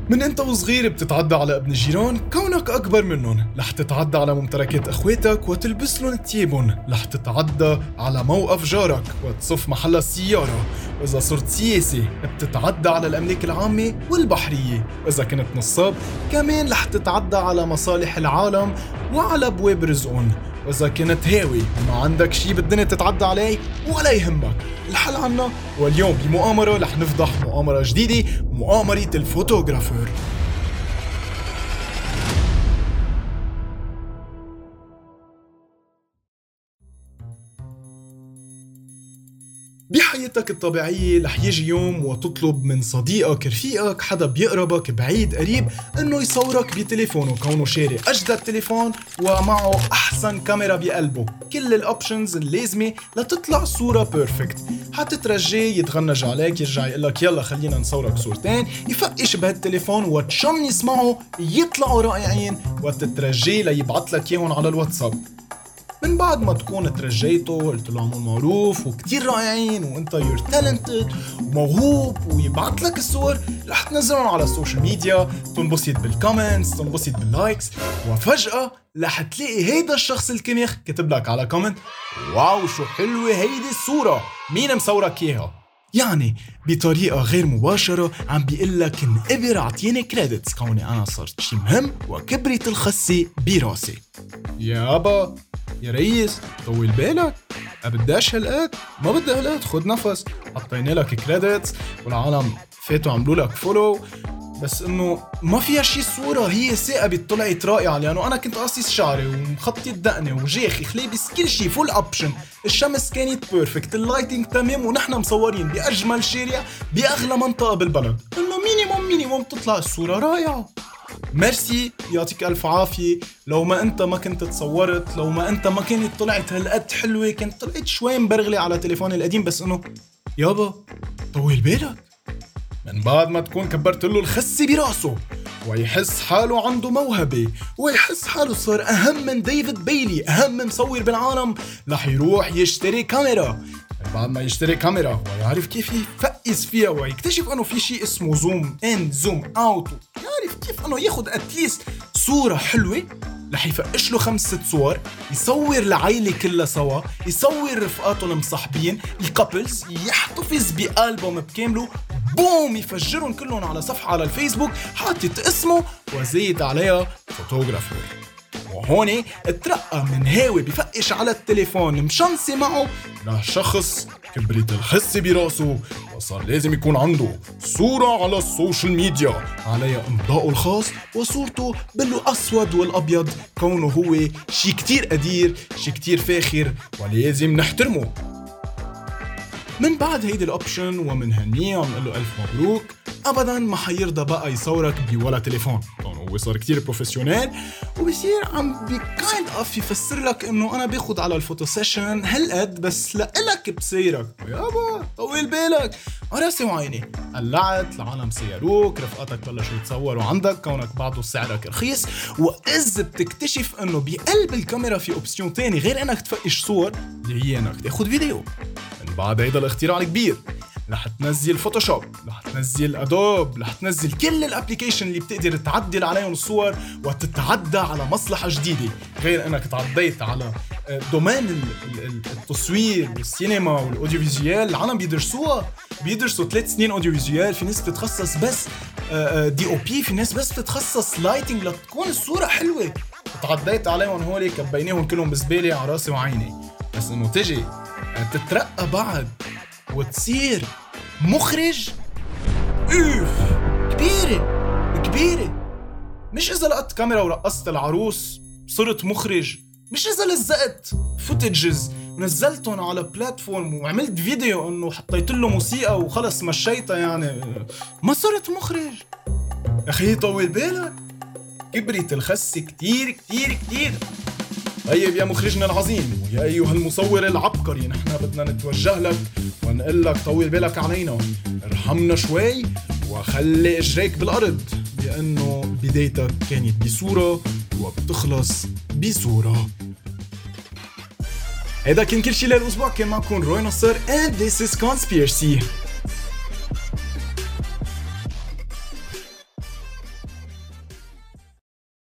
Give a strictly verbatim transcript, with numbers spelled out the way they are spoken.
من انت وصغير بتتعدى على ابن الجيران كونك اكبر منهم، رح تتعدى على ممتلكات اخواتك وتلبس لهم ثيابهم، رح تتعدى على موقف جارك وتصف محل السيارة، واذا صرت سياسي بتتعدى على الاملاك العامة والبحرية، واذا كنت نصاب كمان رح تتعدى على مصالح العالم وعلى ابواب رزقهم، واذا كنت هاوي وما عندك شي بالدنيا تتعدى عليه ولا يهمك، الحل عنا. واليوم بمؤامرة رح نفضح مؤامرة جديدة، مؤامرة الفوتوغرافر. بحياتك الطبيعية رح يجي يوم وتطلب من صديقك رفيقك حدا بيقربك بعيد قريب انه يصورك بتليفونه، كونه شاري اجدد تليفون ومعه احسن كاميرا بقلبه، كل الاوبشنز اللازمة لتطلع صورة بيرفكت. حتترجيه يتغنج عليك، يرجع يقلك يلا خلينا نصورك صورتين، يفقش بهالتليفون وتشنس معه يطلعوا رائعين، وتترجيه ليبعتلك ياهن على الواتساب. من بعد ما تكون ترجيته وقلت له عمو معروف وكتير رائعين وانت يور تالنتد وموهوب ويبعت لك الصور، رح تنزلهم على السوشيال ميديا، تنبسط بالكومنتس، تنبسط باللايكس، وفجأة رح تلاقي هيدا الشخص الكميخ كتب لك على كومنت واو شو حلوة هيدي الصورة، مين مصورك اياها؟ يعني بطريقة غير مباشرة عم بيقلك انقبر عطيني كريدتس كوني انا صرت شي مهم وكبرت الخسة براسي. يابا يا ريس طول بالك، أبداش هالقد، ما بدي هالقد، خد نفس، حطينا لك كريدتس والعالم فاتوا عملوا لك فولو، بس انه ما فيها شي صورة هي ثاقبت طلعت رائعة، لأنه أنا كنت قاصص شعري ومخطط دقني وجاخي خليبس كل شي فول أوبشن، الشمس كانت بيرفكت، اللايتنج تمام، ونحن مصورين بأجمل شارع بأغلى منطقة بالبلد، إنه مينيموم مينيموم تطلع الصورة رائعة. ميرسي يعطيك ألف عافية، لو ما أنت ما كنت تصورت، لو ما أنت ما كانت طلعت هالقد حلوة، كنت طلعت شوي مبرغلة على تليفوني القديم، بس إنه يابا طول بالك. من بعد ما تكون كبرت له الخسي براسه ويحس حاله عنده موهبة ويحس حاله صار أهم من ديفيد بيلي، أهم مصور بالعالم، رح يروح يشتري كاميرا. من بعد ما يشتري كاميرا ويعرف كيف يفقس فيها ويكتشف أنه في شيء اسمه زوم إن زوم أوت، يعرف كيف أنه ياخد أتليست صورة حلوة، رح يفقش له خمس ست صور، يصور العائلة كلها سوا، يصور رفقاته المصاحبين الكابلز، يحتفظ بألبوم بكامله، بوم يفجرهم كلهم على صفحة على الفيسبوك حاطط اسمه وزيد عليها فوتوغرافر. وهون اترقى من هاوي بفقش على التليفون مشانسي معه لشخص كبرت الخسة براسه وصار لازم يكون عنده صورة على السوشيال ميديا عليها امضاءه الخاص وصورته بالأسود والأبيض، كونه هو شي كتير قدير، شي كتير فاخر ولازم نحترمه. من بعد هيدي الأوبشن ومنهنيه ونقول له ألف مبروك، أبداً ما حيرضى بقى يصورك بولا تليفون، كونه هو صار كتير بروفيسيونال وبصير عم بكايند أوف يفسر لك إنه أنا باخد على الفوتو سيشن هالقد بس لإلك بصيرك. يابا طول بالك، راسي وعيني، قلعت العالم سيروك، رفقاتك بلشوا يتصوروا عندك كونك بعده سعرك رخيص، وإذ بتكتشف إنه بقلب الكاميرا في أوبسيون تاني غير إنك تفقش صور اللي هي إنك تاخد فيديو. من بعد هيدا الاختراع الكبير رح تنزل فوتوشوب، رح تنزل ادوب، رح تنزل كل الابليكيشن اللي بتقدر تعدل عليهم الصور وتتعدى على مصلحة جديدة، غير انك تعديت على دومين التصوير والسينما والاوديو فيزيوال. العالم بيدرسوها، بيدرسوا ثلاث سنين اوديو فيزيوال، في ناس بتتخصص بس دي او بي، في ناس بس بتتخصص لايتنج لتكون الصورة حلوة. تعديت عليهم هولي كبينيهم كلهم بزبالة على راسي وعيني، بس انه تجي تترقى بعد وتصير مخرج، اوف كبيرة كبيرة. مش إذا لقت كاميرا ورقصت العروس صرت مخرج، مش إذا لزقت فوتجز ونزلتهم على بلاتفورم وعملت فيديو إنه حطيت له موسيقى وخلص مشيتها يعني ما صرت مخرج. أخي طول بالك، كبرت الخسة كتير كتير كتير. طيب يا مخرجنا العظيم ويا أيها المصور العبقري، نحن بدنا نتوجه لك ونقول لك طول بالك علينا، ارحمنا شوي وخلي اجريك بالأرض، لأنه بدايتك كانت بصورة وبتخلص بصورة. هيدا كان كل شي للأسبوع، كان معكم روي نصر and this is Conspiracy.